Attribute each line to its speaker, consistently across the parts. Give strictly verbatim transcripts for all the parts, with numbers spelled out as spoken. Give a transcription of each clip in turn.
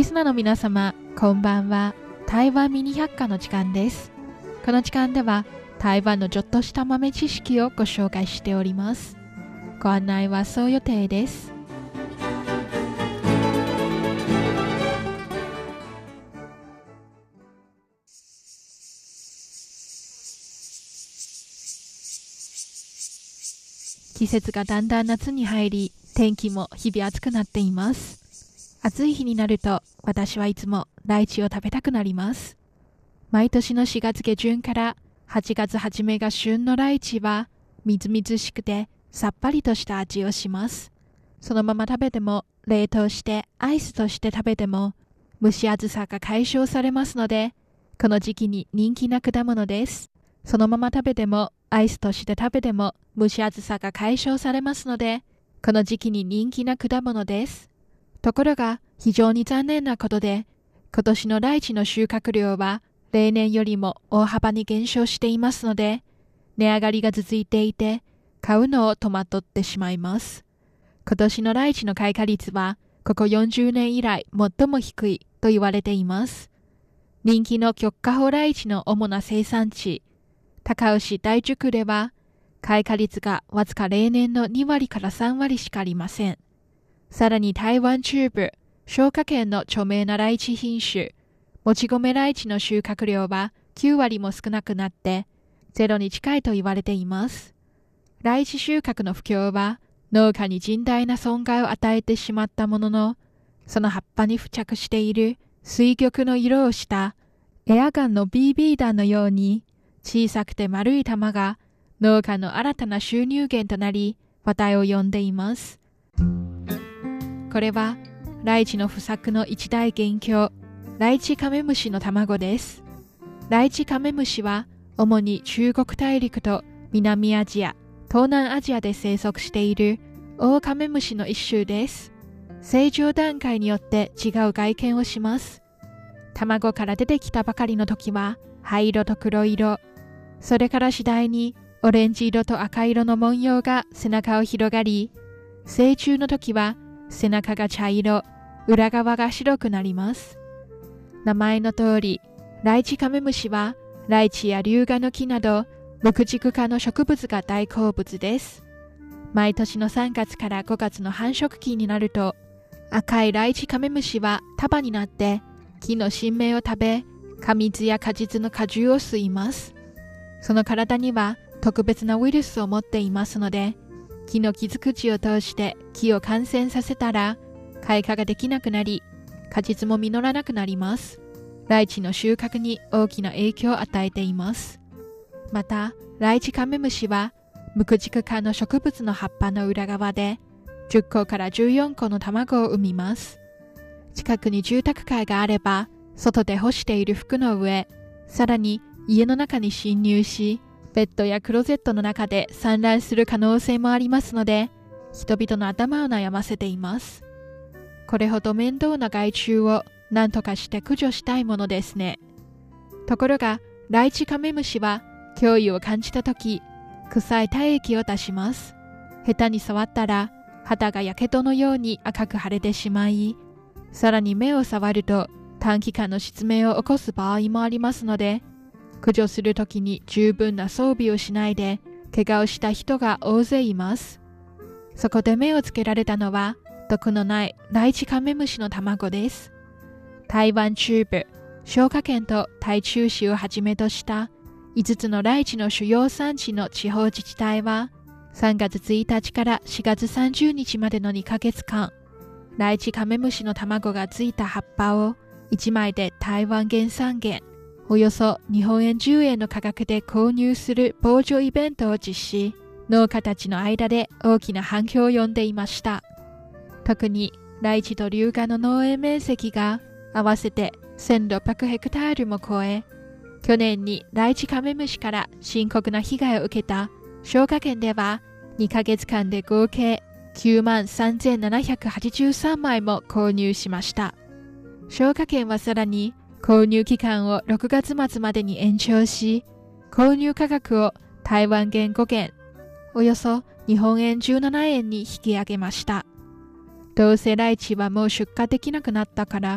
Speaker 1: リスナーの皆様、こんばんは。台湾ミニ百科の時間です。この時間では台湾のちょっとした豆知識をご紹介しております。ご案内はそう予定です。季節がだんだん夏に入り、天気も日々暑くなっています。暑い日になると、私はいつもライチを食べたくなります。毎年のしがつ下旬からはちがつ初めが旬のライチは、みずみずしくてさっぱりとした味をします。そのまま食べても、冷凍してアイスとして食べても、蒸し暑さが解消されますので、この時期に人気な果物です。そのまま食べても、アイスとして食べても蒸し暑さが解消されますので、この時期に人気な果物です。ところが、非常に残念なことで、今年のライチの収穫量は例年よりも大幅に減少していますので、値上がりが続いていて、買うのを戸惑ってしまいます。今年のライチの開花率は、ここよんじゅうねん以来最も低いと言われています。人気の極花宝ライチの主な生産地、高雄市大樹区では、開花率がわずか例年のにわりからさんわりしかありません。さらに台湾中部、彰化県の著名なライチ品種、もち米ライチの収穫量はきゅうわりも少なくなって、ゼロに近いと言われています。ライチ収穫の不況は、農家に甚大な損害を与えてしまったものの、その葉っぱに付着している水玉の色をしたエアガンの ビービー 弾のように、小さくて丸い玉が農家の新たな収入源となり話題を呼んでいます。これはライチの不作の一大元凶、ライチカメムシの卵です。ライチカメムシは主に中国大陸と南アジア、東南アジアで生息しているオオカメムシの一種です。成長段階によって違う外見をします。卵から出てきたばかりの時は灰色と黒色、それから次第にオレンジ色と赤色の文様が背中を広がり、成虫の時は背中が茶色、裏側が白くなります。名前の通り、ライチカメムシはライチや龍河の木など木軸科の植物が大好物です。毎年のさんがつからごがつの繁殖期になると、赤いライチカメムシは束になって木の新芽を食べ、果実や果実の果汁を吸います。その体には特別なウイルスを持っていますので、木の傷口を通して木を感染させたら、開花ができなくなり、果実も実らなくなります。ライチの収穫に大きな影響を与えています。また、ライチカメムシは、無駆軸科の植物の葉っぱの裏側で、じゅっこからじゅうよんこの卵を産みます。近くに住宅街があれば、外で干している服の上、さらに家の中に侵入し、ベッドやクローゼットの中で産卵する可能性もありますので、人々の頭を悩ませています。これほど面倒な害虫を何とかして駆除したいものですね。ところが、ライチカメムシは脅威を感じたとき、臭い体液を出します。下手に触ったら、肌がやけどのように赤く腫れてしまい、さらに目を触ると短期間の失明を起こす場合もありますので、駆除するときに十分な装備をしないで、怪我をした人が大勢います。そこで目をつけられたのは、毒のないライチカメムシの卵です。台湾中部、彰化県と台中市をはじめとしたいつつのライチの主要産地の地方自治体は、さんがつついたちからしがつさんじゅうにちまでのにかげつかん、ライチカメムシの卵がついた葉っぱをいちまいで台湾原産元、およそ日本円じゅうえんの価格で購入する防除イベントを実施、農家たちの間で大きな反響を呼んでいました。特にライチと龍河の農園面積が合わせてせんろっぴゃくヘクタールも超え、去年にライチカメムシから深刻な被害を受けた彰化県ではにかげつかんで合計きゅうまんさんぜんななひゃくはちじゅうさんまいも購入しました。彰化県はさらに購入期間をろくがつまつまでに延長し、購入価格を台湾元ごげん、およそ日本円じゅうななえんに引き上げました。どうせライチはもう出荷できなくなったから、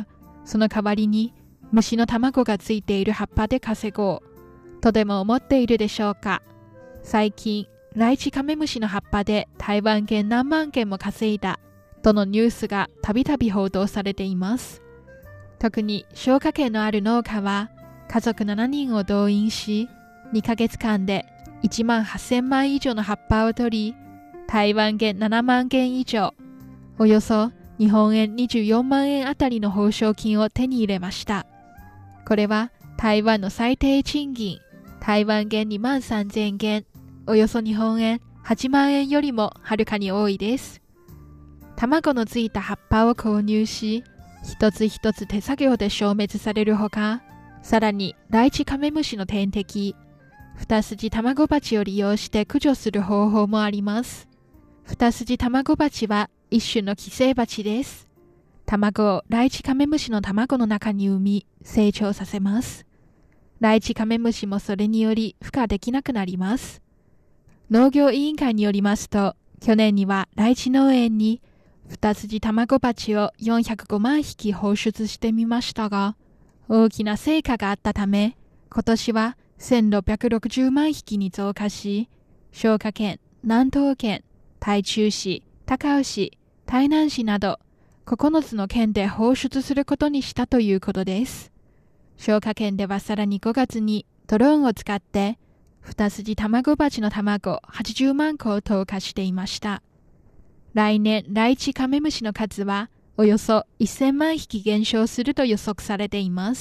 Speaker 1: その代わりに虫の卵がついている葉っぱで稼ごうとでも思っているでしょうか。最近、ライチカメムシの葉っぱで台湾元何万件も稼いだとのニュースがたびたび報道されています。特に消化権のある農家は家族ななにんを動員し、にかげつかんでいちまんはっせんまい以上の葉っぱを取り、台湾元ななまんげん以上、およそ日本円にじゅうよんまんえんあたりの報奨金を手に入れました。これは台湾の最低賃金、台湾元にまんさんぜんげん、およそ日本円はちまんえんよりもはるかに多いです。卵のついた葉っぱを購入し、一つ一つ手作業で消滅されるほか、さらにライチカメムシの天敵、フタスジタマゴバチを利用して駆除する方法もあります。フタスジタマゴバチは一種の寄生バチです。卵をライチカメムシの卵の中に産み、成長させます。ライチカメムシもそれにより孵化できなくなります。農業委員会によりますと、去年にはライチ農園にフタスジタマゴバチをよんひゃくごまんひき放出してみましたが、大きな成果があったため、今年はせんろっぴゃくろくじゅうまんひきに増加し、彰化県、南東県、台中市、高雄市、台南市などここのつの県で放出することにしたということです。彰化県ではさらにごがつにドローンを使ってフタスジタマゴバチの卵はちじゅうまんこを投下していました。来年、ライチカメムシの数はおよそせんまんひき減少すると予測されています。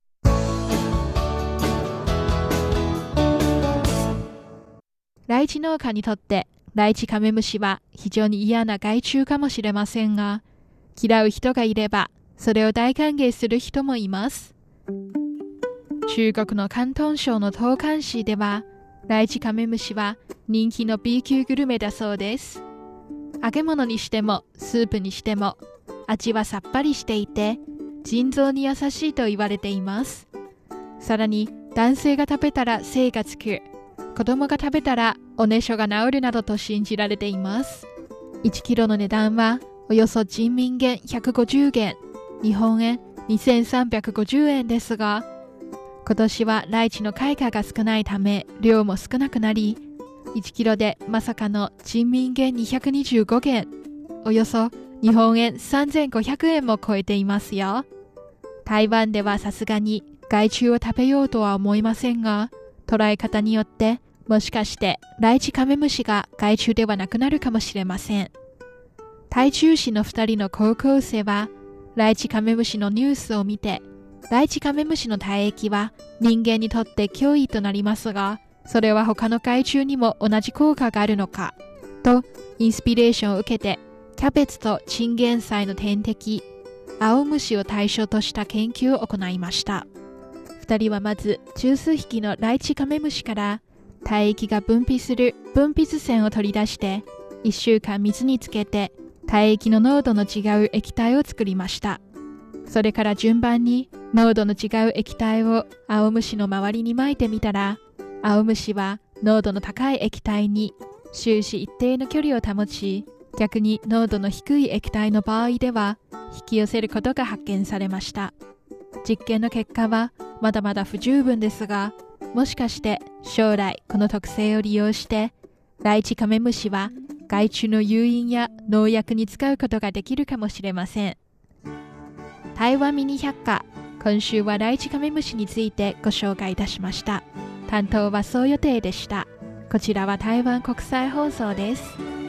Speaker 1: ライチ農家にとってライチカメムシは非常に嫌な害虫かもしれませんが、嫌う人がいればそれを大歓迎する人もいます。中国の広東省の東莞市ではライチカメムシは人気の B 級グルメだそうです。揚げ物にしてもスープにしても味はさっぱりしていて腎臓に優しいと言われています。さらに男性が食べたら精がつく、子供が食べたらおねしょが治るなどと信じられています。いちキロの値段はおよそ人民元ひゃくごじゅうげん、日本円にせんさんびゃくごじゅうえんですが、今年はライチの開花が少ないため量も少なくなり、いちキロでまさかの人民元にひゃくにじゅうごげん、およそ日本円さんぜんごひゃくえんも超えていますよ。台湾ではさすがに害虫を食べようとは思いませんが、捉え方によってもしかしてライチカメムシが害虫ではなくなるかもしれません。台中市のふたりの高校生はライチカメムシのニュースを見て、ライチカメムシの体液は人間にとって脅威となりますが、それは他の害虫にも同じ効果があるのかとインスピレーションを受けて、キャベツとチンゲン菜の天敵アオムシを対象とした研究を行いました。ふたりはまず十数匹のライチカメムシから体液が分泌する分泌腺を取り出していっしゅうかん水につけて体液の濃度の違う液体を作りました。それから順番に濃度の違う液体をアオムシの周りに撒いてみたら、アオムシは濃度の高い液体に終始一定の距離を保ち、逆に濃度の低い液体の場合では引き寄せることが発見されました。実験の結果はまだまだ不十分ですが、もしかして将来この特性を利用してライチカメムシは害虫の誘引や農薬に使うことができるかもしれません。台湾ミニ百科、今週はライチカメムシについてご紹介いたしました。担当はそう予定でした。こちらは台湾国際放送です。